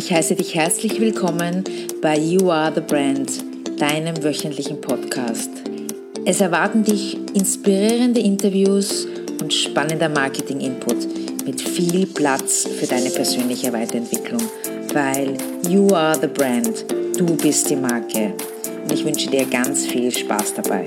Ich heiße dich herzlich willkommen bei You Are the Brand, deinem wöchentlichen Podcast. Es erwarten dich inspirierende Interviews und spannender Marketing-Input mit viel Platz für deine persönliche Weiterentwicklung, weil You Are the Brand, du bist die Marke. Und ich wünsche dir ganz viel Spaß dabei.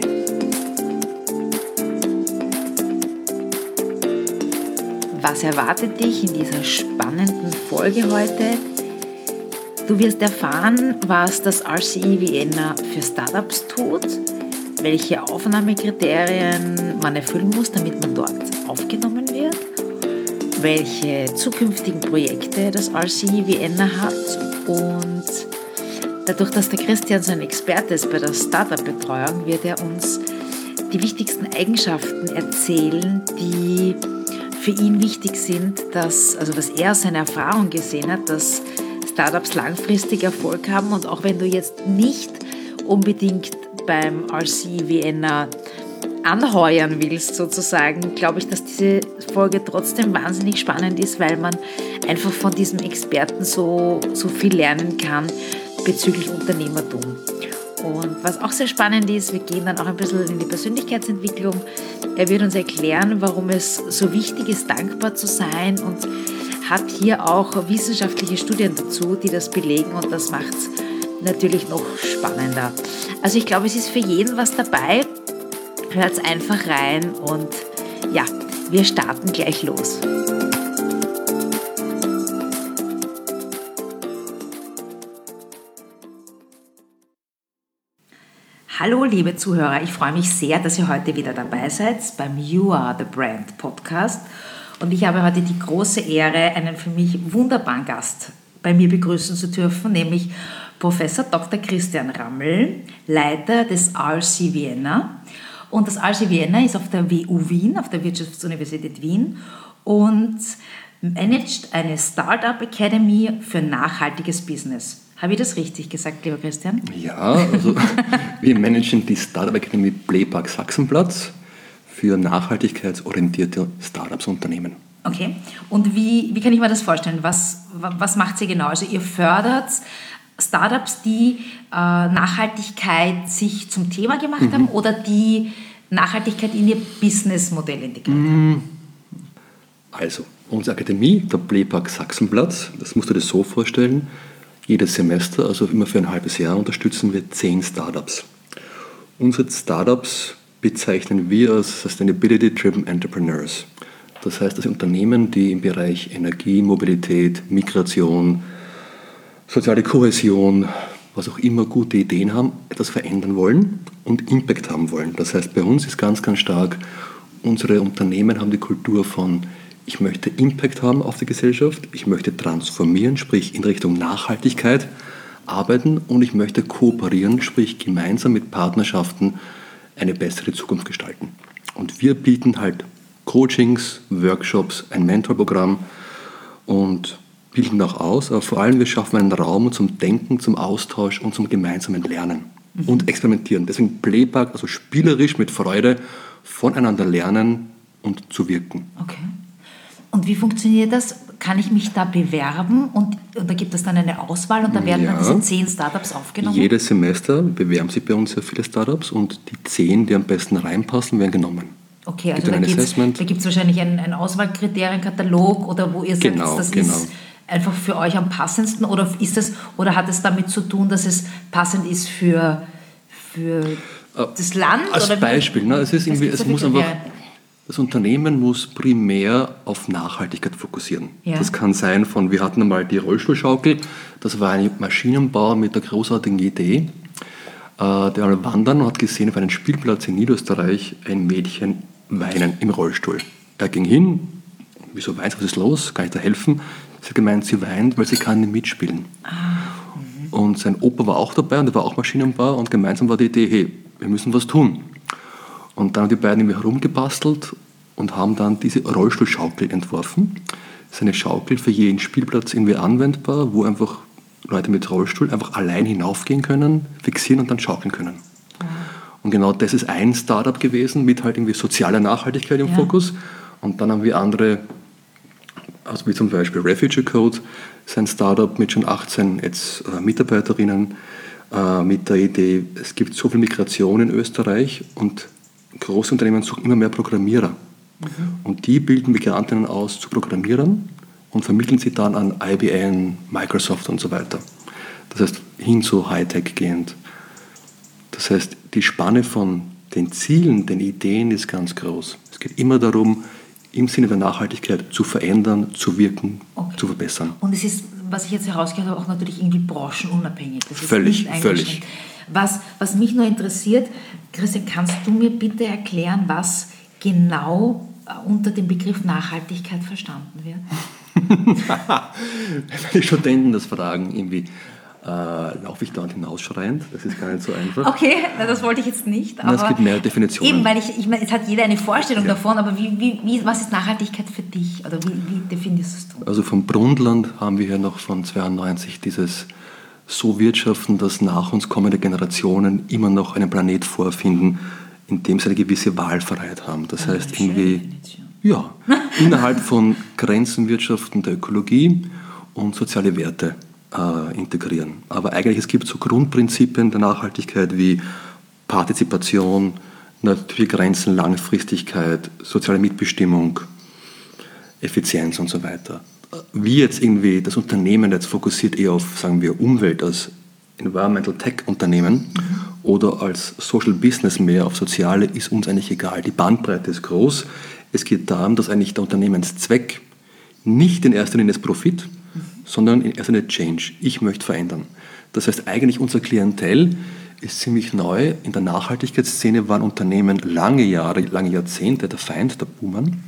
Was erwartet dich in dieser spannenden Folge heute? Du wirst erfahren, was das RCE Vienna für Startups tut, welche Aufnahmekriterien man erfüllen muss, damit man dort aufgenommen wird, welche zukünftigen Projekte das RCE Vienna hat und dadurch, dass der Christian so ein Experte ist bei der Startup-Betreuung, wird er uns die wichtigsten Eigenschaften erzählen, die für ihn wichtig sind, was er aus seiner Erfahrung gesehen hat, dass Startups langfristig Erfolg haben. Und auch wenn du jetzt nicht unbedingt beim RCE Vienna anheuern willst, sozusagen, glaube ich, dass diese Folge trotzdem wahnsinnig spannend ist, weil man einfach von diesem Experten so viel lernen kann bezüglich Unternehmertum. Und was auch sehr spannend ist, wir gehen dann auch ein bisschen in die Persönlichkeitsentwicklung. Er wird uns erklären, warum es so wichtig ist, dankbar zu sein und hat hier auch wissenschaftliche Studien dazu, die das belegen und das macht es natürlich noch spannender. Also ich glaube, es ist für jeden was dabei. Hört einfach rein und ja, wir starten gleich los. Hallo liebe Zuhörer, ich freue mich sehr, dass ihr heute wieder dabei seid beim You Are the Brand Podcast und ich habe heute die große Ehre, einen für mich wunderbaren Gast bei mir begrüßen zu dürfen, nämlich Professor Dr. Christian Rammel, Leiter des RCE Vienna. Und das RCE Vienna ist auf der WU Wien, auf der Wirtschaftsuniversität Wien und managt eine Startup Academy für nachhaltiges Business. Habe ich das richtig gesagt, lieber Christian? Ja, also wir managen die Startup Academy Playpark Sachsenplatz für nachhaltigkeitsorientierte Startups und Unternehmen. Okay, und wie kann ich mir das vorstellen? Was macht ihr genau? Also ihr fördert Startups, die Nachhaltigkeit sich zum Thema gemacht haben oder die Nachhaltigkeit in ihr Businessmodell integriert haben? Also, unsere Akademie, der Playpark Sachsenplatz, das musst du dir so vorstellen, jedes Semester, also immer für ein halbes Jahr, unterstützen wir 10 Startups. Unsere Startups bezeichnen wir als Sustainability-Driven Entrepreneurs. Das heißt, das sind Unternehmen, die im Bereich Energie, Mobilität, Migration, soziale Kohäsion, was auch immer, gute Ideen haben, etwas verändern wollen und Impact haben wollen. Das heißt, bei uns ist ganz, ganz stark, unsere Unternehmen haben die Kultur von ich möchte Impact haben auf die Gesellschaft, ich möchte transformieren, sprich in Richtung Nachhaltigkeit arbeiten und ich möchte kooperieren, sprich gemeinsam mit Partnerschaften eine bessere Zukunft gestalten. Und wir bieten halt Coachings, Workshops, ein Mentorprogramm und bilden auch aus, aber vor allem wir schaffen einen Raum zum Denken, zum Austausch und zum gemeinsamen Lernen und Experimentieren. Deswegen Playpark, also spielerisch mit Freude voneinander lernen und zu wirken. Okay. Und wie funktioniert das? Kann ich mich da bewerben und da gibt es dann eine Auswahl und da werden dann diese 10 Startups aufgenommen? Jedes Semester bewerben sich bei uns sehr viele Startups und die 10, die am besten reinpassen, werden genommen. Okay, also da gibt es wahrscheinlich einen Auswahlkriterienkatalog oder wo ihr sagt, das ist einfach für euch am passendsten oder hat es damit zu tun, dass es passend ist für das Land? Als oder Beispiel, das Unternehmen muss primär auf Nachhaltigkeit fokussieren. Ja. Das kann sein wir hatten einmal die Rollstuhlschaukel, das war ein Maschinenbauer mit der großartigen Idee, der war wandern und hat gesehen auf einem Spielplatz in Niederösterreich ein Mädchen weinen im Rollstuhl. Er ging hin, wieso weint, was ist los, kann ich da helfen? Sie hat gemeint, sie weint, weil sie kann nicht mitspielen. Und sein Opa war auch dabei und der war auch Maschinenbauer und gemeinsam war die Idee, hey, wir müssen was tun. Und dann haben die beiden irgendwie herumgebastelt und haben dann diese Rollstuhlschaukel entworfen. Das ist eine Schaukel für jeden Spielplatz irgendwie anwendbar, wo einfach Leute mit Rollstuhl einfach allein hinaufgehen können, fixieren und dann schaukeln können. Und genau das ist ein Startup gewesen mit halt irgendwie sozialer Nachhaltigkeit im Fokus. Und dann haben wir andere Also wie zum Beispiel Refugee Code, ist ein Startup mit schon 18 Mitarbeiterinnen mit der Idee, es gibt so viel Migration in Österreich und große Unternehmen suchen immer mehr Programmierer. Und die bilden Migrantinnen aus zu Programmierern und vermitteln sie dann an IBM, Microsoft und so weiter. Das heißt, hin zu Hightech gehend. Das heißt, die Spanne von den Zielen, den Ideen ist ganz groß. Es geht immer darum, im Sinne der Nachhaltigkeit zu verändern, zu wirken, zu verbessern. Und es ist, was ich jetzt herausgehört habe, auch natürlich irgendwie branchenunabhängig. Das ist völlig. Was mich nur interessiert, Christian, kannst du mir bitte erklären, was genau unter dem Begriff Nachhaltigkeit verstanden wird? Wenn die Studenten das fragen, irgendwie laufe ich dort hinausschreiend. Das ist gar nicht so einfach. Okay, das wollte ich jetzt nicht. Aber es gibt mehrere Definitionen. Eben, weil ich meine, es hat jeder eine Vorstellung davon, aber was ist Nachhaltigkeit für dich? Oder wie definierst du es? Also vom Brundtland haben wir hier noch von 92 dieses so wirtschaften, dass nach uns kommende Generationen immer noch einen Planet vorfinden, in dem sie eine gewisse Wahlfreiheit haben. Das heißt irgendwie, innerhalb von Grenzen wirtschaften der Ökologie und soziale Werte integrieren. Aber eigentlich, es gibt so Grundprinzipien der Nachhaltigkeit wie Partizipation, natürliche Grenzen, Langfristigkeit, soziale Mitbestimmung, Effizienz und so weiter. Wie jetzt irgendwie das Unternehmen jetzt fokussiert eher auf, sagen wir, Umwelt als Environmental Tech Unternehmen oder als Social Business mehr auf Soziale, ist uns eigentlich egal. Die Bandbreite ist groß. Es geht darum, dass eigentlich der Unternehmenszweck nicht in erster Linie ist Profit, sondern in erster Linie Change. Ich möchte verändern. Das heißt, eigentlich unser Klientel ist ziemlich neu. In der Nachhaltigkeitsszene waren Unternehmen lange Jahrzehnte der Feind, der Buhmann.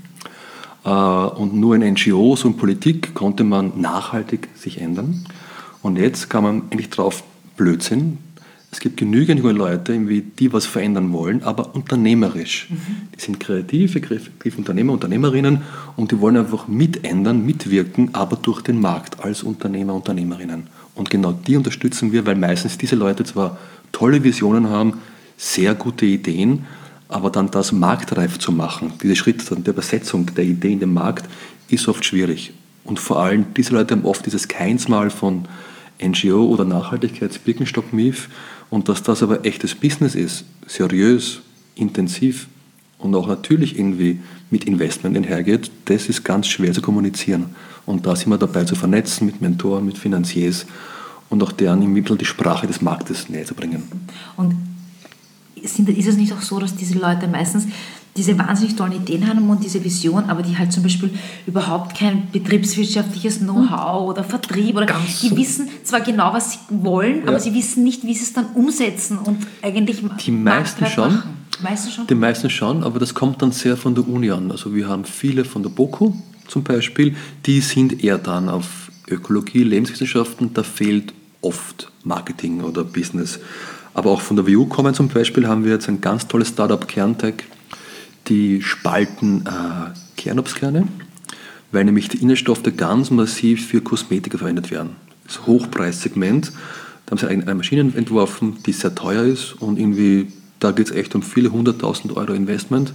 Und nur in NGOs und Politik konnte man nachhaltig sich ändern. Und jetzt kann man eigentlich drauf Blödsinn. Es gibt genügend junge Leute, die was verändern wollen, aber unternehmerisch. Die sind kreative Unternehmer, Unternehmerinnen und die wollen einfach mitändern, mitwirken, aber durch den Markt als Unternehmer, Unternehmerinnen. Und genau die unterstützen wir, weil meistens diese Leute zwar tolle Visionen haben, sehr gute Ideen, aber dann das marktreif zu machen, dieser Schritt der Übersetzung der Idee in den Markt, ist oft schwierig. Und vor allem, diese Leute haben oft dieses Keinsmal von NGO oder Nachhaltigkeits-Birkenstock-Mief und dass das aber echtes Business ist, seriös, intensiv und auch natürlich irgendwie mit Investment einhergeht, das ist ganz schwer zu kommunizieren. Und da sind wir dabei zu vernetzen mit Mentoren, mit Finanziers und auch deren im Mittel die Sprache des Marktes näher zu bringen. Und ist es nicht auch so, dass diese Leute meistens diese wahnsinnig tollen Ideen haben und diese Vision, aber die halt zum Beispiel überhaupt kein betriebswirtschaftliches Know-how oder Vertrieb oder die wissen zwar genau, was sie wollen, aber sie wissen nicht, wie sie es dann umsetzen und eigentlich die meisten schon. Die meisten schon, aber das kommt dann sehr von der Uni an. Also wir haben viele von der BOKU zum Beispiel, die sind eher dann auf Ökologie, Lebenswissenschaften, da fehlt oft Marketing oder Business. Aber auch von der WU kommen zum Beispiel, haben wir jetzt ein ganz tolles Startup, Kerntech, die spalten Kernobstkerne, weil nämlich die Inhaltsstoffe ganz massiv für Kosmetika verwendet werden. Das Hochpreissegment, da haben sie eine Maschine entworfen, die sehr teuer ist und irgendwie, da geht es echt um viele 100.000 Euro Investment.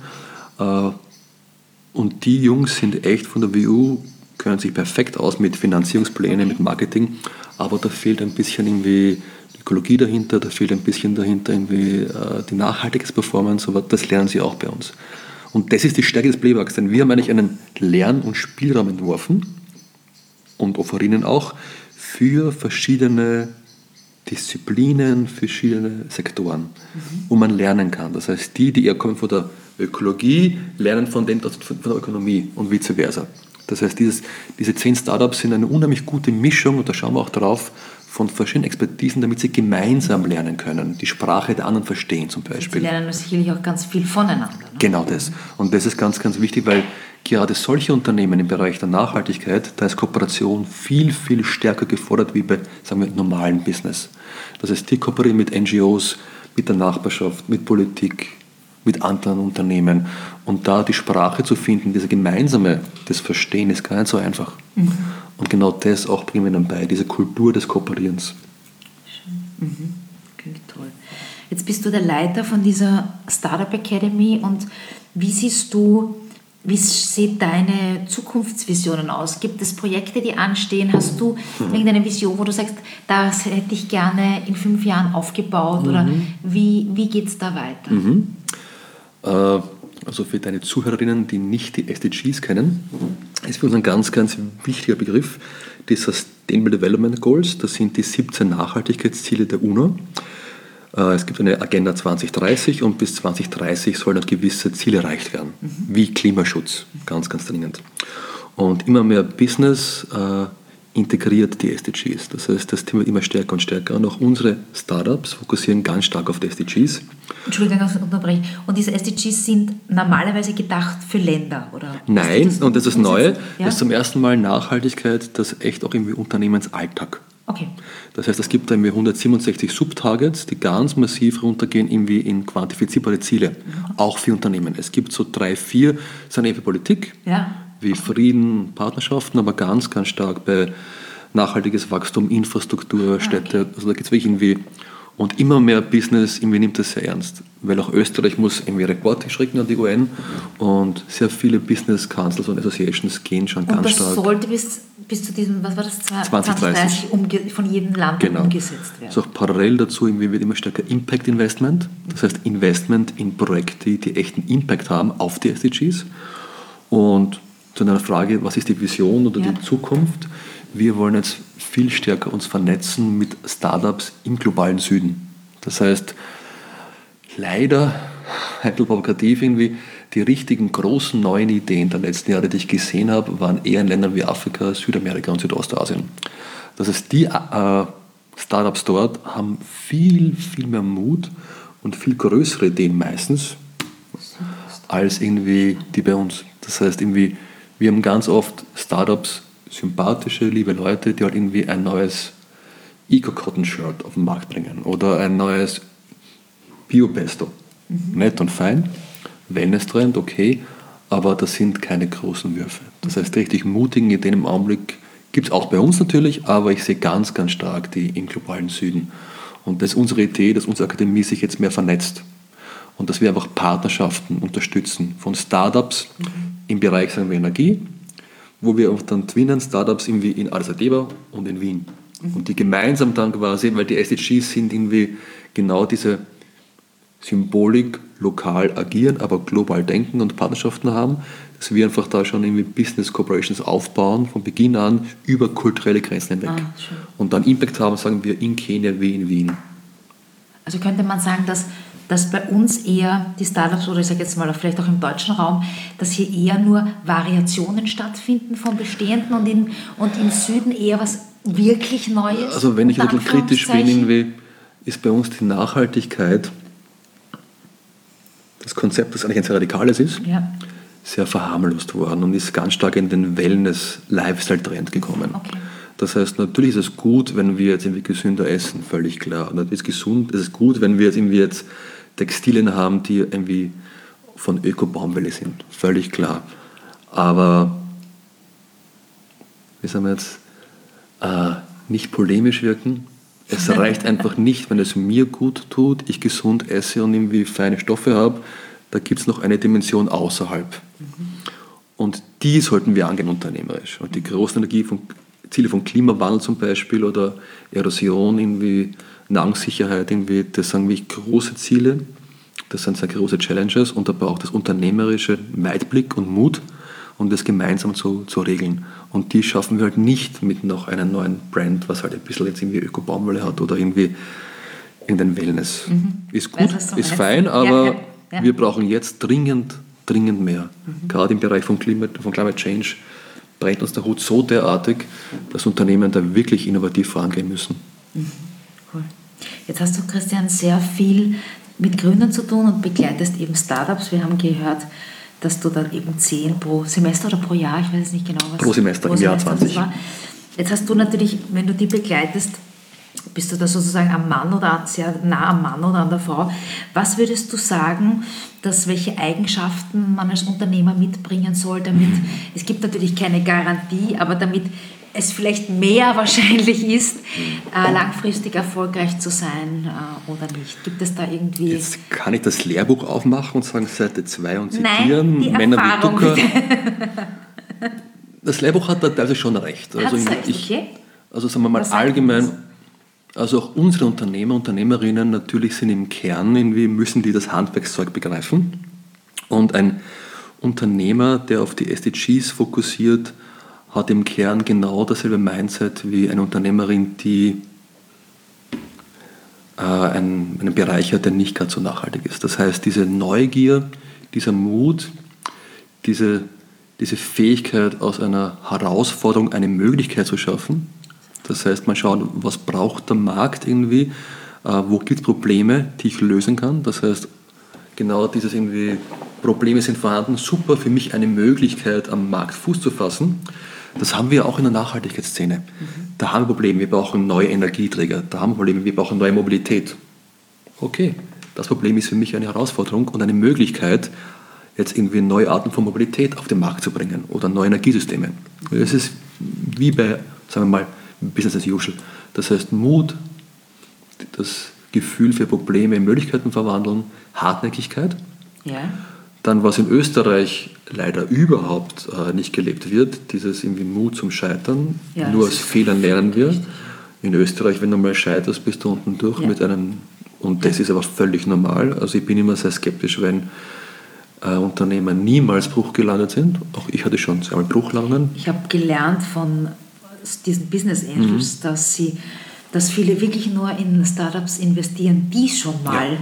Und die Jungs sind echt von der WU, können sich perfekt aus mit Finanzierungsplänen, mit Marketing, aber da fehlt ein bisschen irgendwie Ökologie dahinter, da fehlt ein bisschen dahinter irgendwie die Nachhaltigkeitsperformance, aber das lernen sie auch bei uns. Und das ist die Stärke des Playbacks, denn wir haben eigentlich einen Lern- und Spielraum entworfen und offerieren auch für verschiedene Disziplinen, verschiedene Sektoren, wo man lernen kann. Das heißt, die eher kommen von der Ökologie, lernen von der Ökonomie und vice versa. Das heißt, diese 10 Startups sind eine unheimlich gute Mischung, und da schauen wir auch drauf, von verschiedenen Expertisen, damit sie gemeinsam lernen können, die Sprache der anderen verstehen zum Beispiel. Sie lernen sicherlich auch ganz viel voneinander. Ne? Genau das. Und das ist ganz, ganz wichtig, weil gerade solche Unternehmen im Bereich der Nachhaltigkeit, da ist Kooperation viel, viel stärker gefordert wie bei, sagen wir, normalen Business. Das heißt, die kooperieren mit NGOs, mit der Nachbarschaft, mit Politik, mit anderen Unternehmen. Und da die Sprache zu finden, diese gemeinsame, das Verstehen, ist gar nicht so einfach. Und genau das auch bringen wir dann bei, diese Kultur des Kooperierens. Schön. Klingt toll. Jetzt bist du der Leiter von dieser Startup Academy und wie siehst du Wie sieht deine Zukunftsvisionen aus? Gibt es Projekte, die anstehen? Hast du irgendeine Vision, wo du sagst, das hätte ich gerne in 5 Jahren aufgebaut? Oder wie geht es da weiter? Also für deine Zuhörerinnen, die nicht die SDGs kennen, ist für uns ein ganz, ganz wichtiger Begriff die Sustainable Development Goals. Das sind die 17 Nachhaltigkeitsziele der UNO. Es gibt eine Agenda 2030 und bis 2030 sollen gewisse Ziele erreicht werden, wie Klimaschutz, ganz, ganz dringend. Und immer mehr Business integriert die SDGs. Das heißt, das Thema wird immer stärker und stärker. Und auch unsere Startups fokussieren ganz stark auf die SDGs. Entschuldigung, dass ich unterbreche. Und diese SDGs sind normalerweise gedacht für Länder, oder? Nein, und das ist das Neue, das ist zum ersten Mal Nachhaltigkeit, das echt auch irgendwie Unternehmensalltag. Okay. Das heißt, es gibt irgendwie 167 Subtargets, die ganz massiv runtergehen irgendwie in quantifizierbare Ziele, auch für Unternehmen. Es gibt so 3, 4, sind eher für Politik, wie Frieden, Partnerschaften, aber ganz, ganz stark bei nachhaltiges Wachstum, Infrastruktur, Städte. Also da geht es wirklich irgendwie, und immer mehr Business irgendwie nimmt das sehr ernst, weil auch Österreich muss irgendwie Reporting schicken an die UN und sehr viele Business Councils und Associations gehen schon ganz stark. Und das sollte bis zu diesem, was war das, 2030 von jedem Land umgesetzt werden. Also auch parallel dazu wird immer stärker Impact Investment, das heißt Investment in Projekte, die echten Impact haben auf die SDGs. Und zu einer Frage, was ist die Vision oder die Zukunft? Wir wollen jetzt viel stärker uns vernetzen mit Startups im globalen Süden. Das heißt, leider, ein bisschen provokativ irgendwie, die richtigen großen neuen Ideen der letzten Jahre, die ich gesehen habe, waren eher in Ländern wie Afrika, Südamerika und Südostasien. Das heißt, die Startups dort haben viel, viel mehr Mut und viel größere Ideen meistens als irgendwie die bei uns. Das heißt, irgendwie, wir haben ganz oft Startups, sympathische, liebe Leute, die halt irgendwie ein neues Eco-Cotton-Shirt auf den Markt bringen oder ein neues Bio-Pesto. Nett und fein, Wellness-Trend, okay, aber das sind keine großen Würfe. Das heißt, richtig mutigen Ideen im Augenblick gibt es auch bei uns natürlich, aber ich sehe ganz, ganz stark die im globalen Süden. Und das ist unsere Idee, dass unsere Akademie sich jetzt mehr vernetzt und dass wir einfach Partnerschaften unterstützen von Startups im Bereich, sagen wir, Energie, wo wir auch dann twinnen Startups irgendwie in Addis Abeba und in Wien. Und die gemeinsam dann quasi, weil die SDGs sind irgendwie genau diese Symbolik, lokal agieren, aber global denken und Partnerschaften haben, dass wir einfach da schon irgendwie Business Corporations aufbauen, von Beginn an über kulturelle Grenzen hinweg. Und dann Impact haben, sagen wir, in Kenia wie in Wien. Also könnte man sagen, dass bei uns eher die Startups, oder ich sage jetzt mal vielleicht auch im deutschen Raum, dass hier eher nur Variationen stattfinden von Bestehenden und im Süden eher was wirklich Neues? Also wenn ich ein bisschen kritisch bin, ist bei uns die Nachhaltigkeit, das Konzept, das eigentlich ein sehr radikales ist, sehr verharmlost worden und ist ganz stark in den Wellness-Lifestyle-Trend gekommen. Okay. Das heißt, natürlich ist es gut, wenn wir jetzt irgendwie gesünder essen, völlig klar. Und natürlich ist es gut, wenn wir jetzt Textilien haben, die irgendwie von Öko-Baumwolle sind, völlig klar. Aber, wie sagen wir jetzt, nicht polemisch wirken. Es reicht einfach nicht, wenn es mir gut tut, ich gesund esse und irgendwie feine Stoffe habe. Da gibt es noch eine Dimension außerhalb. Und die sollten wir angehen unternehmerisch. Und die großen Ziele von Klimawandel zum Beispiel oder Erosion, irgendwie Nahrungssicherheit, irgendwie, das sind wirklich große Ziele. Das sind sehr große Challenges und da braucht es unternehmerische Weitblick und Mut, um das gemeinsam zu regeln. Und die schaffen wir halt nicht mit noch einem neuen Brand, was halt ein bisschen jetzt irgendwie Öko-Baumwolle hat oder irgendwie irgendein Wellness. Ist gut, ist fein, aber wir brauchen jetzt dringend mehr. Gerade im Bereich von Climate Change brennt uns der Hut so derartig, dass Unternehmen da wirklich innovativ vorangehen müssen. Cool. Jetzt hast du, Christian, sehr viel mit Gründern zu tun und begleitest eben Startups. Wir haben gehört, dass du dann eben 10 pro Semester oder pro Jahr, ich weiß es nicht genau, was. Pro Semester im Jahr 20. Jetzt hast du natürlich, wenn du die begleitest, bist du da sozusagen am Mann oder sehr nah am Mann oder an der Frau. Was würdest du sagen, welche Eigenschaften man als Unternehmer mitbringen soll, damit, es gibt natürlich keine Garantie, aber damit es vielleicht mehr wahrscheinlich ist, langfristig erfolgreich zu sein oder nicht? Gibt es da irgendwie... Jetzt kann ich das Lehrbuch aufmachen und sagen, Seite 2 und Nein, zitieren. die Männer Erfahrung, wie Ducker. Das Lehrbuch hat da also schon recht. Also, okay. Also sagen wir mal allgemein, also auch unsere Unternehmer, Unternehmerinnen natürlich sind im Kern, irgendwie müssen die das Handwerkszeug begreifen. Und ein Unternehmer, der auf die SDGs fokussiert, hat im Kern genau dasselbe Mindset wie eine Unternehmerin, die einen Bereich hat, der nicht ganz so nachhaltig ist. Das heißt, diese Neugier, dieser Mut, diese Fähigkeit, aus einer Herausforderung eine Möglichkeit zu schaffen. Das heißt, man schaut, was braucht der Markt irgendwie, wo gibt es Probleme, die ich lösen kann. Das heißt, genau dieses irgendwie, Probleme sind vorhanden, super, für mich eine Möglichkeit, am Markt Fuß zu fassen. Das haben wir auch in der Nachhaltigkeitsszene. Da haben wir Probleme, wir brauchen neue Energieträger, da haben wir Probleme, wir brauchen neue Mobilität. Okay, das Problem ist für mich eine Herausforderung und eine Möglichkeit, jetzt irgendwie neue Arten von Mobilität auf den Markt zu bringen oder neue Energiesysteme. Es ist wie bei, sagen wir mal, Business as usual. Das heißt Mut, das Gefühl für Probleme in Möglichkeiten verwandeln, Hartnäckigkeit. Ja. Dann, was in Österreich leider überhaupt nicht gelebt wird, dieses irgendwie Mut zum Scheitern. Ja, nur aus Fehlern lernen wir. Richtig. In Österreich, wenn du mal scheiterst, bist du unten durch mit einem, und das ist aber völlig normal. Also ich bin immer sehr skeptisch, wenn Unternehmer niemals Bruch gelandet sind. Auch ich hatte schon zweimal Bruchlandungen. Ich habe gelernt von diesen Business Angels, dass viele wirklich nur in Startups investieren, die schon mal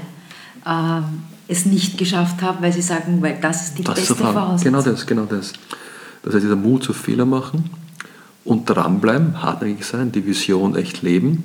es nicht geschafft haben, weil sie sagen, weil das ist die beste Voraussetzung. Genau das. Das heißt, dieser Mut zu Fehler machen und dranbleiben, hartnäckig sein, die Vision echt leben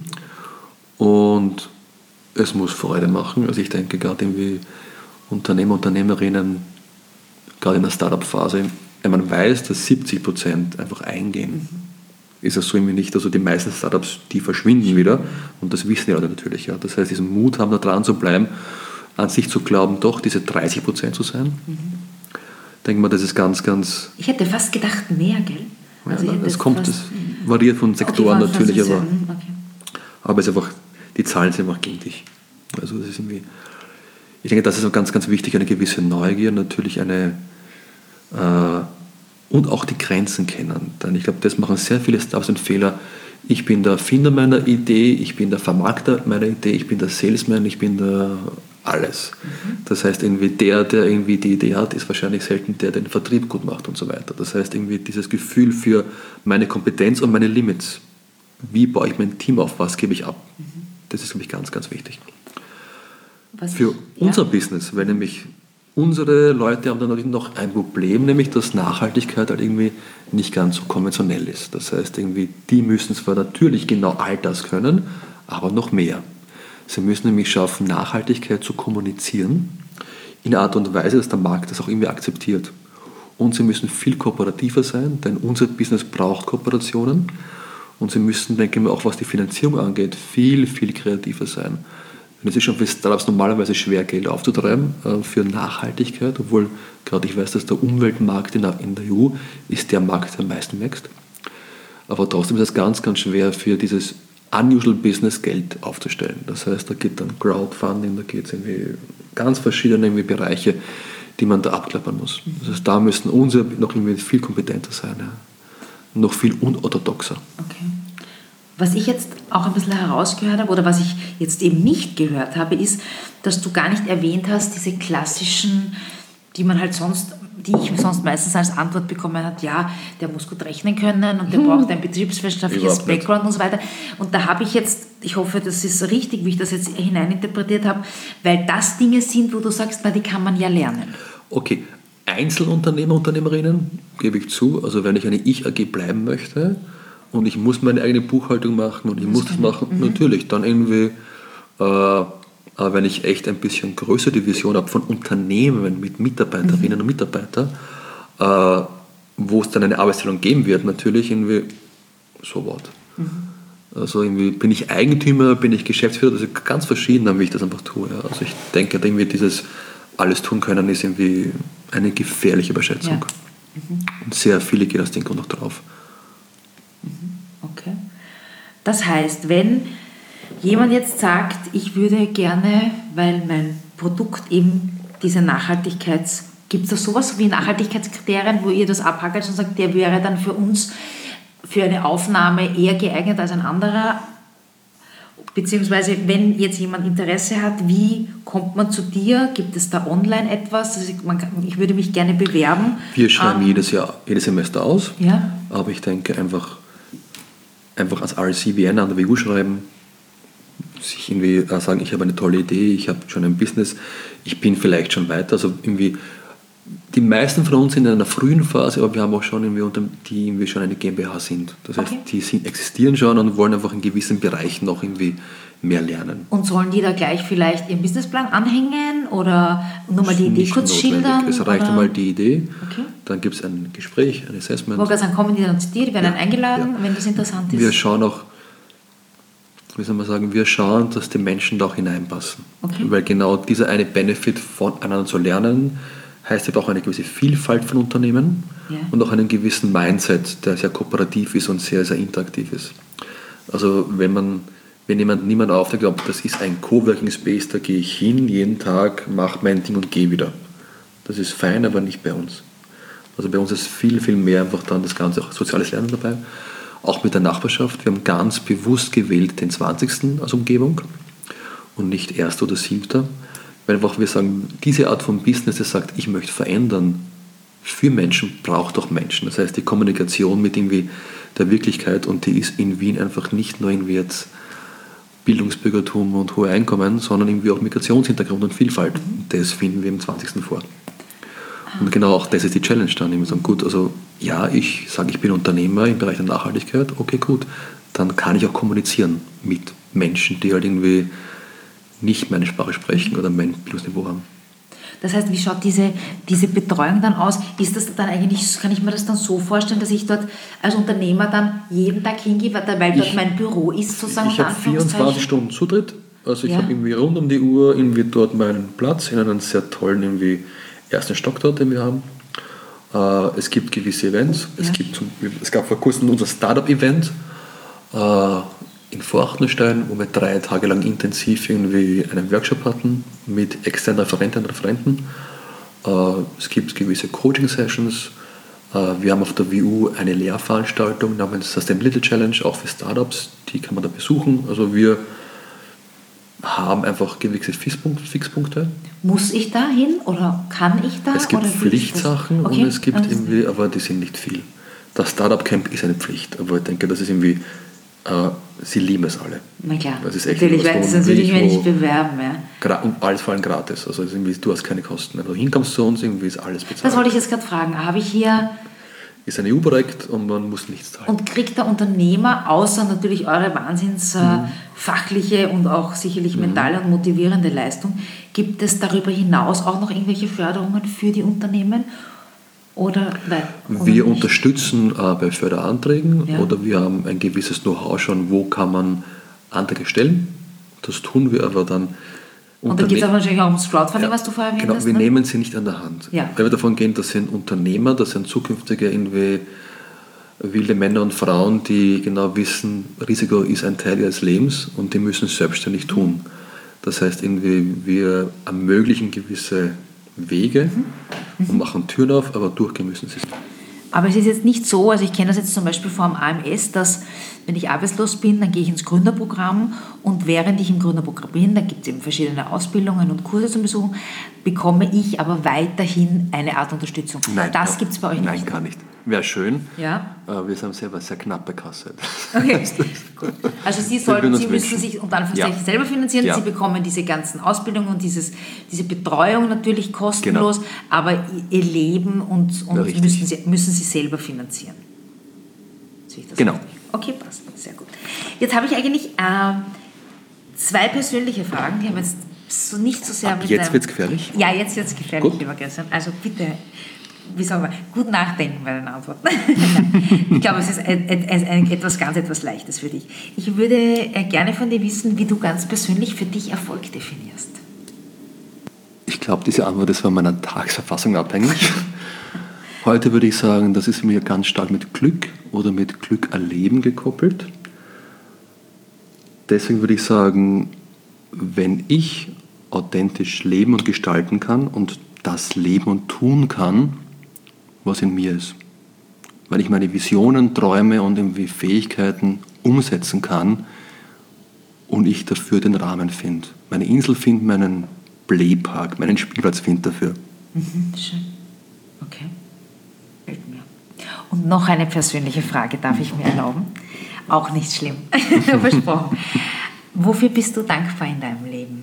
und es muss Freude machen. Also ich denke gerade irgendwie Unternehmer, Unternehmerinnen, gerade in der Startup-Phase, wenn man weiß, dass 70% einfach eingehen, ist das so irgendwie nicht. Also die meisten Startups, die verschwinden wieder und das wissen die Leute natürlich. Ja. Das heißt, diesen Mut haben, da dran zu bleiben, an sich zu glauben, doch diese 30% zu sein. Denke mal, das ist ganz, ganz... Ich hätte fast gedacht, mehr, gell? Also das variiert von Sektoren natürlich, aber es ist einfach, die Zahlen sind einfach gegen dich. Also das ist irgendwie... Ich denke, das ist auch ganz, ganz wichtig, eine gewisse Neugier, natürlich und auch die Grenzen kennen. Denn ich glaube, das machen sehr viele Startups einen Fehler. Ich bin der Erfinder meiner Idee, ich bin der Vermarkter meiner Idee, ich bin der Salesman, ich bin der alles. Das heißt, irgendwie der irgendwie die Idee hat, ist wahrscheinlich selten der den Vertrieb gut macht und so weiter. Das heißt, irgendwie dieses Gefühl für meine Kompetenz und meine Limits. Wie baue ich mein Team auf, was gebe ich ab? Das ist für mich ganz, ganz wichtig. Für unser Business, weil nämlich unsere Leute haben dann natürlich noch ein Problem, nämlich dass Nachhaltigkeit halt irgendwie nicht ganz so konventionell ist. Das heißt, irgendwie, die müssen zwar natürlich genau all das können, aber noch mehr. Sie müssen nämlich schaffen, Nachhaltigkeit zu kommunizieren, in einer Art und Weise, dass der Markt das auch irgendwie akzeptiert. Und sie müssen viel kooperativer sein, denn unser Business braucht Kooperationen. Und sie müssen, denke ich mal, auch was die Finanzierung angeht, viel, viel kreativer sein. Denn es ist schon für Startups normalerweise schwer, Geld aufzutreiben für Nachhaltigkeit, obwohl gerade ich weiß, dass der Umweltmarkt in der EU ist der Markt, der am meisten wächst. Aber trotzdem ist es ganz, ganz schwer für dieses Unusual Business Geld aufzustellen. Das heißt, da geht dann Crowdfunding, da geht es irgendwie ganz verschiedene irgendwie Bereiche, die man da abklappern muss. Das heißt, da müssen unsere noch irgendwie viel kompetenter sein, ja. Noch viel unorthodoxer. Okay. Was ich jetzt auch ein bisschen herausgehört habe oder was ich jetzt eben nicht gehört habe, ist, dass du gar nicht erwähnt hast, diese klassischen, die ich sonst meistens als Antwort bekommen habe, ja, der muss gut rechnen können und der braucht ein betriebswirtschaftliches Background und so weiter. Und da habe ich jetzt, ich hoffe, das ist richtig, wie ich das jetzt hineininterpretiert habe, weil das Dinge sind, wo du sagst, die kann man ja lernen. Okay, Einzelunternehmer, Unternehmerinnen, gebe ich zu, also wenn ich eine Ich-AG bleiben möchte und ich muss meine eigene Buchhaltung machen und ich muss das machen, natürlich, dann irgendwie... Aber wenn ich echt ein bisschen größere Vision habe von Unternehmen mit Mitarbeiterinnen und Mitarbeitern, wo es dann eine Arbeitsteilung geben wird, natürlich irgendwie so was. Also irgendwie bin ich Eigentümer, bin ich Geschäftsführer, das ist ganz verschieden, wie ich das einfach tue. Ja. Also ich denke, irgendwie dieses alles tun können ist irgendwie eine gefährliche Überschätzung. Ja. Und sehr viele gehen aus dem Grund noch drauf. Das heißt, wenn jemand jetzt sagt, ich würde gerne, weil mein Produkt eben diese gibt es da sowas wie Nachhaltigkeitskriterien, wo ihr das abhackelt und sagt, der wäre dann für uns für eine Aufnahme eher geeignet als ein anderer? Beziehungsweise, wenn jetzt jemand Interesse hat, wie kommt man zu dir? Gibt es da online etwas? Also ich würde mich gerne bewerben. Wir schreiben jedes Semester aus, ja? Aber ich denke einfach als RC Vienna an der WU schreiben, sich irgendwie sagen, ich habe eine tolle Idee, ich habe schon ein Business, ich bin vielleicht schon weiter. Also irgendwie, die meisten von uns sind in einer frühen Phase, aber wir haben auch schon die irgendwie schon eine GmbH sind. Das heißt, die existieren schon und wollen einfach in gewissen Bereichen noch irgendwie mehr lernen. Und sollen die da gleich vielleicht ihren Businessplan anhängen oder nur mal die Idee kurz schildern? Es reicht einmal die Idee, dann gibt es ein Gespräch, ein Assessment. Dann kommen die dann zu dir, die werden dann eingeladen, wenn das interessant ist. Wir schauen auch, wir schauen, dass die Menschen da auch hineinpassen. Weil genau dieser eine Benefit voneinander zu lernen, heißt eben auch eine gewisse Vielfalt von Unternehmen und auch einen gewissen Mindset, der sehr kooperativ ist und sehr, sehr interaktiv ist. Also wenn niemand aufdenkt, das ist ein Coworking Space, da gehe ich hin, jeden Tag, mache mein Ding und gehe wieder. Das ist fein, aber nicht bei uns. Also bei uns ist viel, viel mehr einfach dann das ganze auch soziales Lernen dabei. Auch mit der Nachbarschaft. Wir haben ganz bewusst gewählt den 20. als Umgebung und nicht 1. oder 7. Weil einfach wir sagen, diese Art von Business, das sagt, ich möchte verändern, für Menschen braucht auch Menschen. Das heißt, die Kommunikation mit irgendwie der Wirklichkeit, und die ist in Wien einfach nicht nur irgendwie jetzt Bildungsbürgertum und hohe Einkommen, sondern irgendwie auch Migrationshintergrund und Vielfalt. Das finden wir im 20. vor. Und genau auch das ist die Challenge dann. Wir sagen, gut, also ja, ich sage, ich bin Unternehmer im Bereich der Nachhaltigkeit, okay, gut, dann kann ich auch kommunizieren mit Menschen, die halt irgendwie nicht meine Sprache sprechen oder mein Bildungsniveau haben. Das heißt, wie schaut diese Betreuung dann aus? Ist das dann eigentlich, kann ich mir das dann so vorstellen, dass ich dort als Unternehmer dann jeden Tag hingehe, weil dort mein Büro ist, sozusagen? Ich habe 24 Stunden Zutritt, also ich habe irgendwie rund um die Uhr irgendwie dort meinen Platz in einem sehr tollen irgendwie ersten Stock dort, den wir haben. Es gibt gewisse Events. Es gab vor kurzem unser Startup-Event in Vorachtenstein, wo wir 3 Tage lang intensiv irgendwie einen Workshop hatten mit externen Referentinnen und Referenten. Es gibt gewisse Coaching-Sessions. Wir haben auf der WU eine Lehrveranstaltung namens Sustainability Challenge, auch für Startups, die kann man da besuchen. Also wir haben einfach gewisse Fixpunkte. Muss ich da hin oder kann ich da? Es gibt Pflichtsachen und es gibt irgendwie, aber die sind nicht viel. Das Startup Camp ist eine Pflicht, aber ich denke, das ist irgendwie, sie lieben es alle. Na klar, das ist echt natürlich, weil das natürlich, wenn ich bewerben. Ja. Und alles vor allem gratis, also du hast keine Kosten. Wenn du hinkommst zu uns, irgendwie ist alles bezahlt. Das wollte ich jetzt gerade fragen. Habe ich hier... Ist ein EU-Projekt und man muss nichts zahlen. Und kriegt der Unternehmer, außer natürlich eure fachliche und auch sicherlich mentale und motivierende Leistung, gibt es darüber hinaus auch noch irgendwelche Förderungen für die Unternehmen? Oder wir unterstützen bei Förderanträgen oder wir haben ein gewisses Know-how schon, wo kann man Anträge stellen. Das tun wir aber dann. Und da geht es aber natürlich auch ums Crowdfunding, was du vorher erwähnt hast. Genau, wir nehmen sie nicht an der Hand. Ja. Weil wir davon gehen, das sind Unternehmer, das sind zukünftige irgendwie wilde Männer und Frauen, die genau wissen, Risiko ist ein Teil ihres Lebens und die müssen es selbstständig tun. Das heißt, irgendwie wir ermöglichen gewisse Wege und machen Türen auf, aber durchgehen müssen sie es. Aber es ist jetzt nicht so, also ich kenne das jetzt zum Beispiel vom AMS, dass wenn ich arbeitslos bin, dann gehe ich ins Gründerprogramm und während ich im Gründerprogramm bin, da gibt es eben verschiedene Ausbildungen und Kurse zum Besuchen, bekomme ich aber weiterhin eine Art Unterstützung. Nein, das gibt es bei euch nicht? Nein, gar nicht. Wäre schön. Ja. Wir sind selber sehr knapp bei Kasse. Okay, gut. Also Sie müssen sich unter Anführungszeichen selber finanzieren. Ja. Sie bekommen diese ganzen Ausbildungen und diese Betreuung natürlich kostenlos, aber Ihr Leben und müssen Sie selber finanzieren. Genau. Richtig? Okay, passt. Sehr gut. Jetzt habe ich eigentlich 2 persönliche Fragen, die haben jetzt nicht so sehr mit jetzt wird es gefährlich? Ja, jetzt wird es gefährlich, lieber Christian. Also bitte, wie sagen wir, gut nachdenken bei den Antworten. Ich glaube, es ist etwas Leichtes für dich. Ich würde gerne von dir wissen, wie du ganz persönlich für dich Erfolg definierst. Ich glaube, diese Antwort ist von meiner Tagesverfassung abhängig. Heute würde ich sagen, das ist mir ganz stark mit Glück oder mit Glück erleben gekoppelt. Deswegen würde ich sagen, wenn ich authentisch leben und gestalten kann und das leben und tun kann, was in mir ist, wenn ich meine Visionen, Träume und irgendwie Fähigkeiten umsetzen kann und ich dafür den Rahmen finde, meine Insel finde, meinen Playpark, meinen Spielplatz finde dafür. Schön. Okay. Gefällt mir. Und noch eine persönliche Frage darf ich mir erlauben. Auch nicht schlimm. Versprochen. Wofür bist du dankbar in deinem Leben?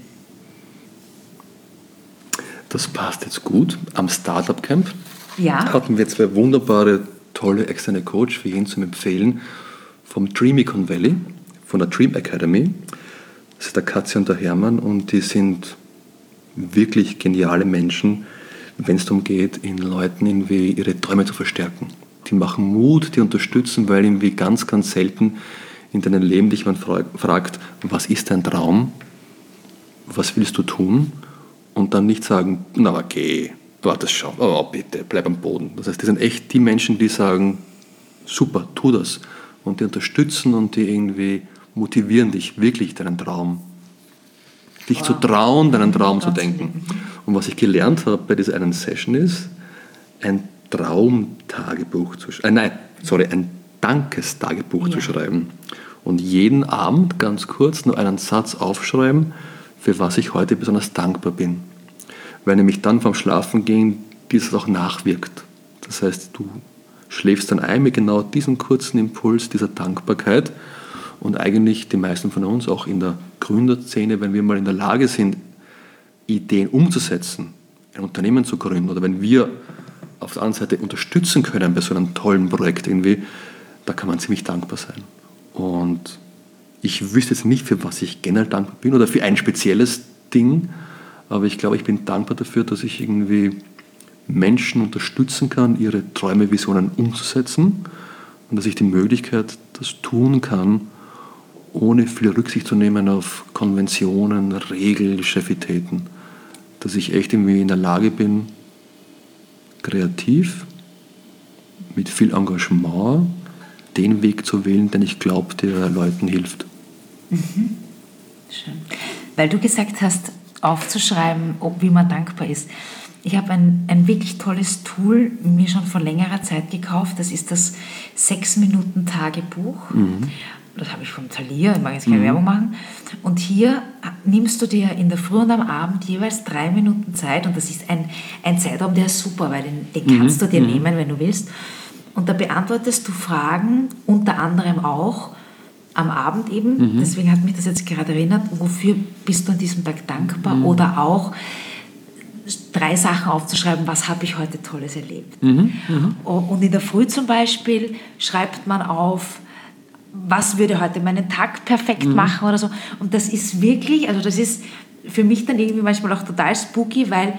Das passt jetzt gut. Am Startup Camp hatten wir 2 wunderbare, tolle externe Coach für jeden zum Empfehlen vom Dreamicon Valley, von der Dream Academy. Das ist der Katja und der Hermann und die sind wirklich geniale Menschen, wenn es darum geht, in Leuten irgendwie ihre Träume zu verstärken. Die machen Mut, die unterstützen, weil irgendwie ganz, ganz selten in deinem Leben dich man fragt, was ist dein Traum? Was willst du tun? Und dann nicht sagen, na okay, du hattest schon, oh bitte, bleib am Boden. Das heißt, die sind echt die Menschen, die sagen, super, tu das. Und die unterstützen und die irgendwie motivieren dich, wirklich deinen Traum, dich zu trauen, deinen Traum zu denken. Und was ich gelernt habe bei dieser einen Session ist, ein Traumtagebuch zu schreiben, ein Dankestagebuch zu schreiben. Und jeden Abend ganz kurz nur einen Satz aufschreiben, für was ich heute besonders dankbar bin. Weil nämlich dann vom Schlafengehen dieses auch nachwirkt. Das heißt, du schläfst dann ein mit genau diesem kurzen Impuls dieser Dankbarkeit und eigentlich die meisten von uns, auch in der Gründerszene, wenn wir mal in der Lage sind, Ideen umzusetzen, ein Unternehmen zu gründen oder wenn wir auf der anderen Seite unterstützen können bei so einem tollen Projekt irgendwie, da kann man ziemlich dankbar sein. Und ich wüsste jetzt nicht, für was ich generell dankbar bin oder für ein spezielles Ding, aber ich glaube, ich bin dankbar dafür, dass ich irgendwie Menschen unterstützen kann, ihre Träume, Visionen umzusetzen und dass ich die Möglichkeit das tun kann, ohne viel Rücksicht zu nehmen auf Konventionen, Regeln, Chefitäten. Dass ich echt irgendwie in der Lage bin, kreativ, mit viel Engagement, den Weg zu wählen, den ich glaube, der Leuten hilft. Schön. Weil du gesagt hast, aufzuschreiben, wie man dankbar ist. Ich habe ein wirklich tolles Tool mir schon vor längerer Zeit gekauft. Das ist das 6-Minuten-Tagebuch. Das habe ich vom Thalia, ich mag jetzt keine Werbung machen. Und hier nimmst du dir in der Früh und am Abend jeweils 3 Minuten Zeit. Und das ist ein Zeitraum, der ist super, weil den kannst du dir nehmen, wenn du willst. Und da beantwortest du Fragen, unter anderem auch am Abend eben. Deswegen hat mich das jetzt gerade erinnert, wofür bist du an diesem Tag dankbar? Oder auch 3 Sachen aufzuschreiben, was habe ich heute Tolles erlebt. Und in der Früh zum Beispiel schreibt man auf, was würde heute meinen Tag perfekt machen oder so. Und das ist wirklich, also das ist für mich dann irgendwie manchmal auch total spooky, weil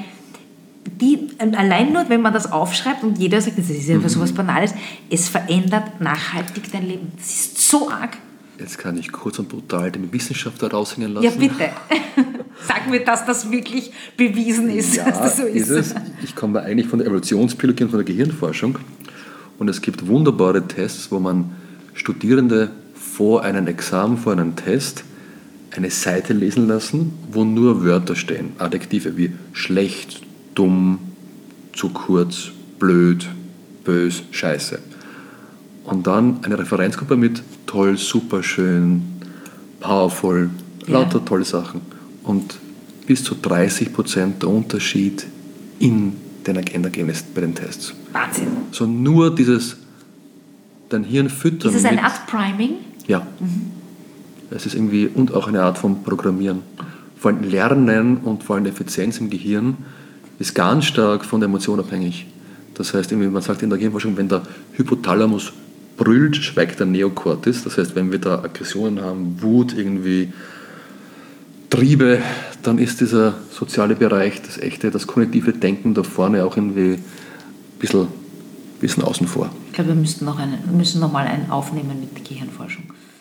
allein nur, wenn man das aufschreibt und jeder sagt, das ist ja so was Banales, es verändert nachhaltig dein Leben. Das ist so arg. Jetzt kann ich kurz und brutal den Wissenschaftler raushängen lassen. Ja, bitte. Sag mir, dass das wirklich bewiesen ist, ja, dass das so ist. Es. Ich komme eigentlich von der Evolutionsbiologie und von der Gehirnforschung. Und es gibt wunderbare Tests, wo man Studierende vor einem Examen, vor einem Test eine Seite lesen lassen, wo nur Wörter stehen, Adjektive wie schlecht, dumm, zu kurz, blöd, bös, scheiße. Und dann eine Referenzgruppe mit toll, super schön, powerful, lauter tolle Sachen. Und bis zu 30% der Unterschied in den Endergebnissen bei den Tests. Wahnsinn. So nur dieses, dein Hirn füttern. Ist es eine Art Priming? Ja. Es ist irgendwie, und auch eine Art von Programmieren. Vor allem Lernen und vor allem Effizienz im Gehirn ist ganz stark von der Emotion abhängig. Das heißt, man sagt in der Gehirnforschung, wenn der Hypothalamus brüllt, schweigt der Neokortex. Das heißt, wenn wir da Aggressionen haben, Wut, irgendwie Triebe, dann ist dieser soziale Bereich, das echte, das kognitive Denken da vorne auch irgendwie ein bisschen außen vor. Ich glaube, wir müssen noch mal einen aufnehmen mit Gehirnforschung.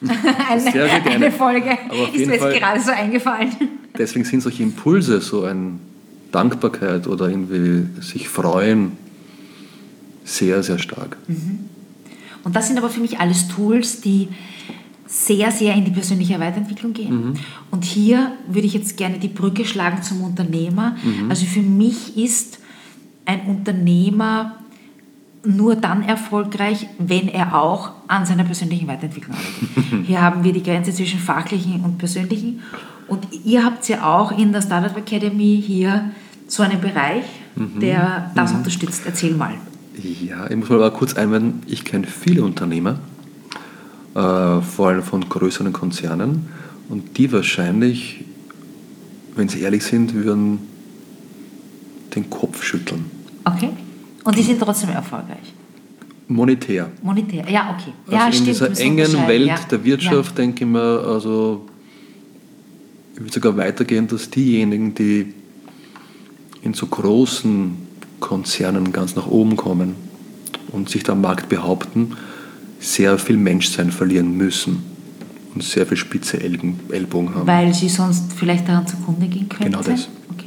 eine Folge ist mir jetzt gerade so eingefallen. Deswegen sind solche Impulse, so eine Dankbarkeit oder irgendwie sich freuen, sehr, sehr stark. Und das sind aber für mich alles Tools, die sehr, sehr in die persönliche Weiterentwicklung gehen. Und hier würde ich jetzt gerne die Brücke schlagen zum Unternehmer. Also für mich ist ein Unternehmer nur dann erfolgreich, wenn er auch an seiner persönlichen Weiterentwicklung arbeitet. Hier haben wir die Grenze zwischen fachlichen und persönlichen. Und ihr habt ja auch in der Startup Academy hier so einen Bereich, der das unterstützt. Erzähl mal. Ja, ich muss mal kurz einwenden, ich kenne viele Unternehmer, vor allem von größeren Konzernen, und die wahrscheinlich, wenn sie ehrlich sind, würden den Kopf schütteln. Okay. Und die sind trotzdem erfolgreich? Monetär. Monetär, ja, okay. Also ja, in stimmt, dieser engen Welt der Wirtschaft, denke ich mir, also ich würde sogar weitergehen, dass diejenigen, die in so großen Konzernen ganz nach oben kommen und sich da am Markt behaupten, sehr viel Menschsein verlieren müssen und sehr viel spitze Ellbogen haben. Weil sie sonst vielleicht daran zugrunde gehen könnten? Genau das. Okay.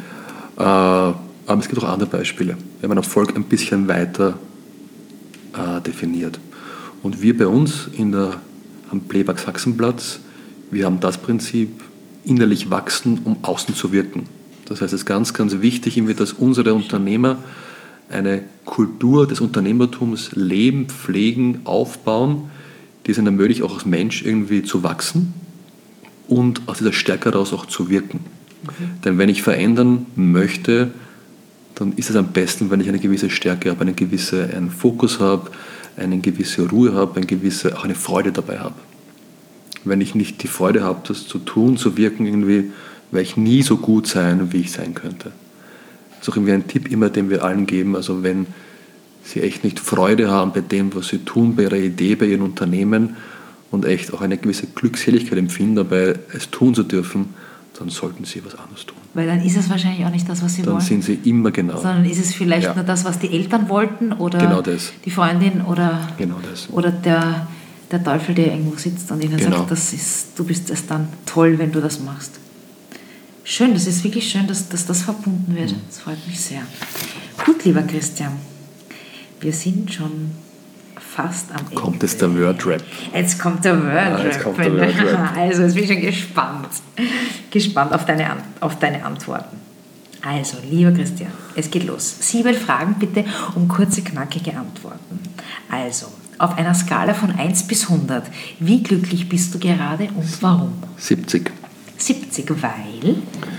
Aber es gibt auch andere Beispiele, wenn man Erfolg ein bisschen weiter definiert. Und wir bei uns am Playback Sachsenplatz, wir haben das Prinzip, innerlich wachsen, um außen zu wirken. Das heißt, es ist ganz, ganz wichtig, dass unsere Unternehmer eine Kultur des Unternehmertums leben, pflegen, aufbauen, die es ihnen ermöglicht, auch als Mensch irgendwie zu wachsen und aus dieser Stärke heraus auch zu wirken. Denn wenn ich verändern möchte, dann ist es am besten, wenn ich eine gewisse Stärke habe, einen Fokus habe, eine gewisse Ruhe habe, auch eine Freude dabei habe. Wenn ich nicht die Freude habe, das zu tun, zu wirken, irgendwie, werde ich nie so gut sein, wie ich sein könnte. Das ist auch irgendwie ein Tipp immer, den wir allen geben. Also wenn Sie echt nicht Freude haben bei dem, was Sie tun, bei Ihrer Idee, bei Ihrem Unternehmen und echt auch eine gewisse Glückseligkeit empfinden, dabei es tun zu dürfen, dann sollten Sie was anderes tun. Weil dann ist es wahrscheinlich auch nicht das, was Sie wollen. Dann sind Sie immer genau. Sondern ist es vielleicht nur das, was die Eltern wollten oder genau das. Die Freundin oder, genau das. oder der Teufel, der irgendwo sitzt und Ihnen sagt, du bist es dann toll, wenn du das machst. Schön, das ist wirklich schön, dass das verbunden wird. Das freut mich sehr. Gut, lieber Christian, wir sind schon fast am Ende. Kommt jetzt der Word-Rap? Jetzt kommt der Word-Rap. Also, jetzt bin ich schon gespannt auf deine Antworten. Also, lieber Christian, es geht los. 7 Fragen bitte um kurze, knackige Antworten. Also, auf einer Skala von 1 bis 100, wie glücklich bist du gerade und warum? 70. 70, weil?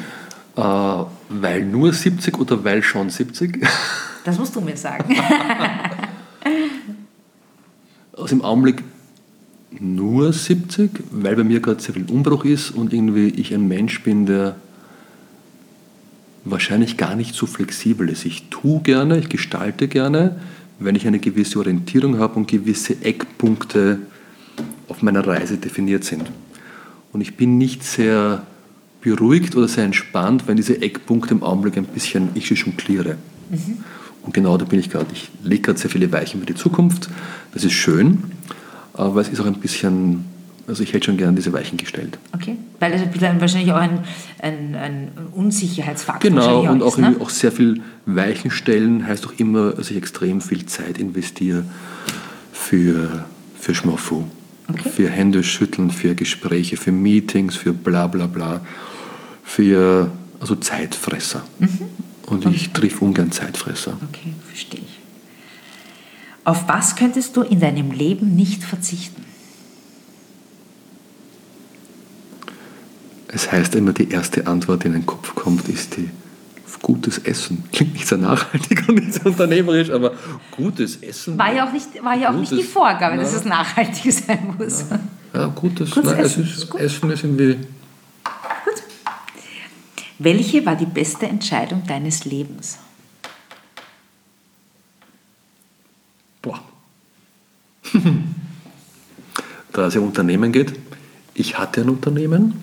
Weil nur 70 oder weil schon 70? Das musst du mir sagen. Also im Augenblick nur 70, weil bei mir gerade sehr viel Umbruch ist und irgendwie ich ein Mensch bin, der wahrscheinlich gar nicht so flexibel ist. Ich tue gerne, ich gestalte gerne, wenn ich eine gewisse Orientierung habe und gewisse Eckpunkte auf meiner Reise definiert sind. Und ich bin nicht sehr beruhigt oder sehr entspannt, wenn diese Eckpunkte im Augenblick ich sie jongliere. Und genau da bin ich gerade. Ich lege gerade sehr viele Weichen für die Zukunft. Das ist schön, aber es ist auch ein bisschen, also ich hätte schon gerne diese Weichen gestellt. Okay, weil das wahrscheinlich auch ein Unsicherheitsfaktor genau, und ist, ne? Auch sehr viel Weichen stellen heißt auch immer, dass ich extrem viel Zeit investiere für Schmafu. Okay. Für Hände schütteln, für Gespräche, für Meetings, für bla bla bla, also Zeitfresser. Und ich triff ungern Zeitfresser. Okay, verstehe ich. Auf was könntest du in deinem Leben nicht verzichten? Es heißt immer, die erste Antwort, die in den Kopf kommt, ist die auf gutes Essen. Klingt nicht sehr nachhaltig und nicht sehr unternehmerisch, aber gutes Essen. War ja auch nicht die Vorgabe, dass es nachhaltig sein muss. Ja, gutes Essen. Essen ist irgendwie... Gut. Welche war die beste Entscheidung deines Lebens? Da es ja um Unternehmen geht, ich hatte ein Unternehmen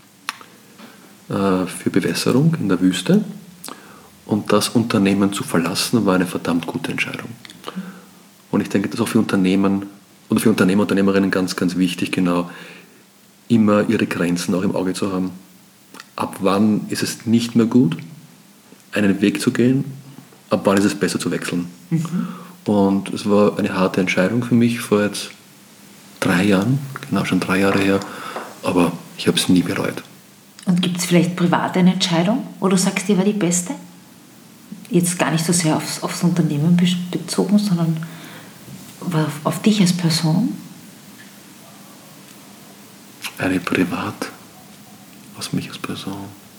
für Bewässerung in der Wüste und das Unternehmen zu verlassen war eine verdammt gute Entscheidung. Und ich denke, das ist auch für Unternehmen oder für Unternehmer und Unternehmerinnen ganz, ganz wichtig, genau immer ihre Grenzen auch im Auge zu haben. Ab wann ist es nicht mehr gut, einen Weg zu gehen, ab wann ist es besser zu wechseln. Und es war eine harte Entscheidung für mich vor jetzt 3 Jahren, genau schon 3 Jahre her, aber ich habe es nie bereut. Und gibt es vielleicht privat eine Entscheidung, wo du sagst, die war die beste? Jetzt gar nicht so sehr aufs Unternehmen bezogen, sondern auf dich als Person? Eine privat, was mich als Person...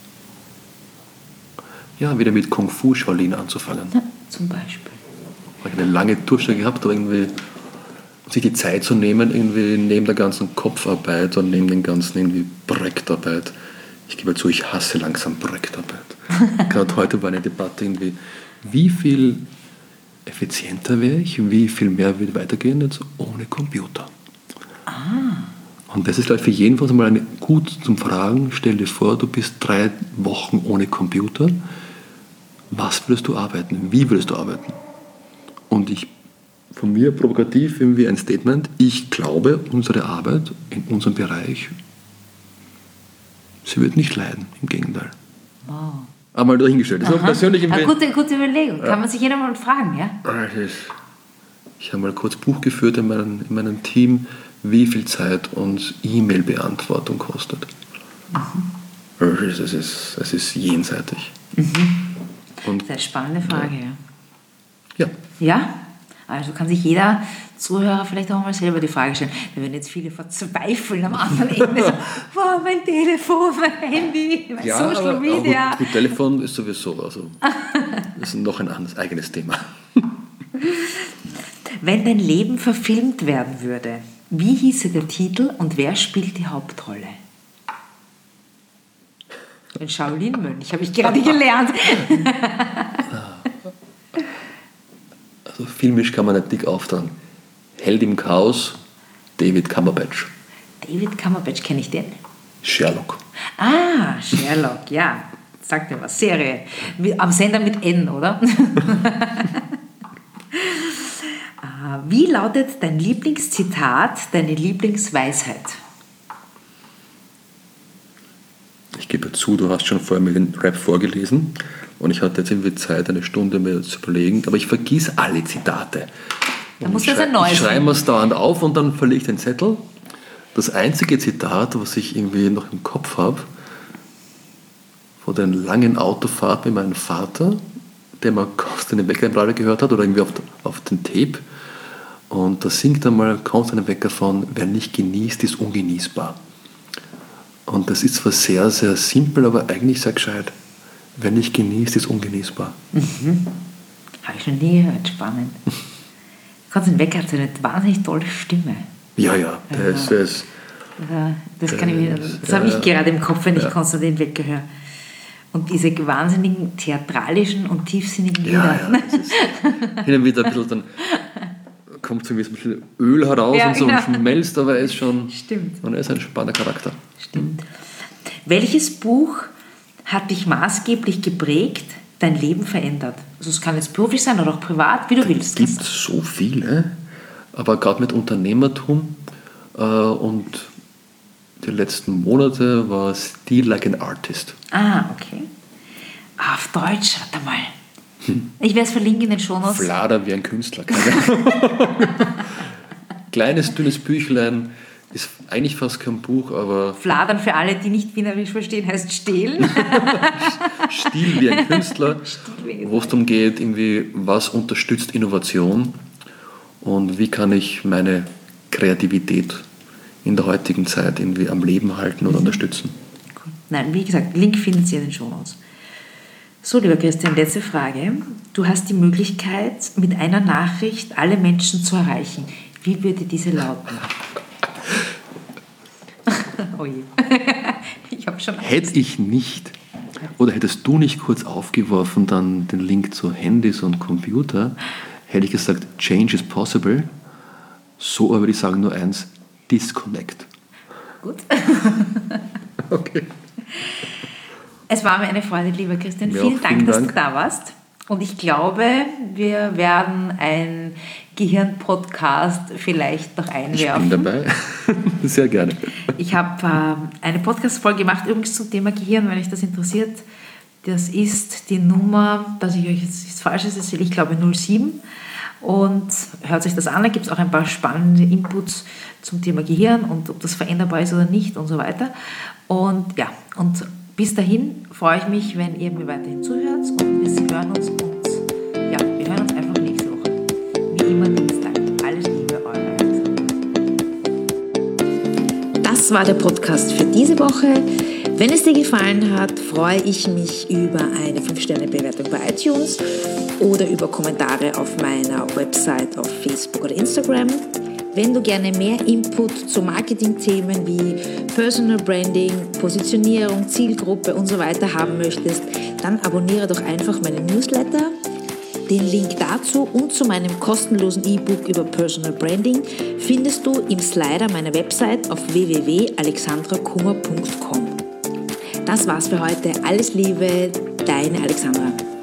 Ja, wieder mit Kung Fu Shaolin anzufangen. Ja, zum Beispiel. Ich habe eine lange Durchstrecke gehabt, aber irgendwie sich die Zeit zu nehmen, irgendwie neben der ganzen Kopfarbeit und neben den ganzen irgendwie Projektarbeit. Ich gebe zu, ich hasse langsam Projektarbeit. Gerade heute war eine Debatte irgendwie, wie viel effizienter wäre ich, wie viel mehr würde weitergehen jetzt ohne Computer. Und das ist, glaube ich, für jeden von uns mal gut zum Fragen. Stell dir vor, du bist 3 Wochen ohne Computer. Was würdest du arbeiten? Wie würdest du arbeiten? Und ich, von mir provokativ irgendwie ein Statement, ich glaube, unsere Arbeit in unserem Bereich, sie wird nicht leiden, im Gegenteil. Wow. Einmal dahingestellt. Das ist auch persönlich eine gute Überlegung. Kann man sich jeder mal fragen, ja? Ich habe mal kurz Buch geführt in meinem Team, wie viel Zeit uns E-Mail-Beantwortung kostet. Es ist jenseitig. Und, das ist eine spannende Frage, ja. Ja? Also kann sich jeder Zuhörer vielleicht auch mal selber die Frage stellen. Da werden jetzt viele verzweifeln am anderen Ende. So, wow, mein Telefon, mein Handy, mein Social Media. Aber gut, Telefon ist sowieso, also das ist noch ein anderes eigenes Thema. Wenn dein Leben verfilmt werden würde, wie hieße der Titel und wer spielt die Hauptrolle? Ein Shaolin-Mönch, habe ich gerade gelernt. Also filmisch kann man nicht dick auftragen. Held im Chaos, David Cumberbatch. David Cumberbatch, kenne ich den? Sherlock. Ah, Sherlock, ja. Sagt mir was, Serie. Am Sender mit N, oder? Wie lautet dein Lieblingszitat, deine Lieblingsweisheit? Ich gebe zu, du hast schon vorher mir den Rap vorgelesen und ich hatte jetzt irgendwie Zeit, eine Stunde mir zu überlegen, aber ich vergieße alle Zitate. Da muss das ein neues Ich schreibe mir es dauernd auf und dann verlege ich den Zettel. Das einzige Zitat, was ich irgendwie noch im Kopf habe, von der langen Autofahrt mit meinem Vater, der mal aus den Wecker im Radio gehört hat oder irgendwie auf den Tape. Und da singt einmal kaum einen Wecker von, wer nicht genießt, ist ungenießbar. Und das ist zwar sehr, sehr simpel, aber eigentlich sehr gescheit. Wer nicht genießt, ist ungenießbar. Habe ich noch nie gehört, spannend. Konstantin Wecker hat so eine wahnsinnig tolle Stimme. Ja, das habe ich gerade im Kopf, wenn ich Konstantin Wecker höre. Und diese wahnsinnigen theatralischen und tiefsinnigen Lieder. Ja, das ist hin und wieder ein bisschen, dann kommt so ein bisschen Öl heraus und so und schmelzt, aber er ist schon. Stimmt. Und er ist ein spannender Charakter. Stimmt. Welches Buch hat dich maßgeblich geprägt, dein Leben verändert? Also es kann jetzt beruflich sein oder auch privat, wie du willst. Es gibt so viele, aber gerade mit Unternehmertum und die letzten Monate war Steal Like an Artist. Ah, okay. Auf Deutsch, warte mal. Ich werde es verlinken in den Shownotes. Flader wie ein Künstler, keine Ahnung. Kleines, dünnes Büchlein, ist eigentlich fast kein Buch, aber... Fladern für alle, die nicht wienerisch verstehen, heißt stehlen. Stil wie ein Künstler, wo es darum geht, irgendwie, was unterstützt Innovation und wie kann ich meine Kreativität in der heutigen Zeit irgendwie am Leben halten oder unterstützen. Cool. Nein, wie gesagt, Link findet ihr in den Shownotes. So, lieber Christian, letzte Frage. Du hast die Möglichkeit, mit einer Nachricht alle Menschen zu erreichen. Wie würde diese lauten? Oh je. Ich habe schon Angst. Hätte ich nicht, oder hättest du nicht kurz aufgeworfen, dann den Link zu Handys und Computer, hätte ich gesagt, Change is possible. So aber würde ich sagen nur eins, Disconnect. Gut. Okay. Es war mir eine Freude, lieber Christian. Ja, vielen Dank, dass Dank. du da warst. Und ich glaube, wir werden ein Gehirn-Podcast vielleicht noch einwerfen. Ich bin dabei. Sehr gerne. Ich habe eine Podcast-Folge gemacht, übrigens zum Thema Gehirn, wenn euch das interessiert. Das ist die Nummer, dass ich euch jetzt nichts Falsches erzähle, ich glaube 07. und hört euch das an. Da gibt es auch ein paar spannende Inputs zum Thema Gehirn und ob das veränderbar ist oder nicht und so weiter. Und ja, und bis dahin freue ich mich, wenn ihr mir weiterhin zuhört und wir hören uns einfach nächste Woche. Wie immer Dienstag. Alles Liebe, eure Alexandra. Das war der Podcast für diese Woche. Wenn es dir gefallen hat, freue ich mich über eine 5-Sterne-Bewertung bei iTunes oder über Kommentare auf meiner Website, auf Facebook oder Instagram. Wenn du gerne mehr Input zu Marketing-Themen wie Personal Branding, Positionierung, Zielgruppe und so weiter haben möchtest, dann abonniere doch einfach meinen Newsletter. Den Link dazu und zu meinem kostenlosen E-Book über Personal Branding findest du im Slider meiner Website auf www.alexandrakummer.com. Das war's für heute. Alles Liebe, deine Alexandra.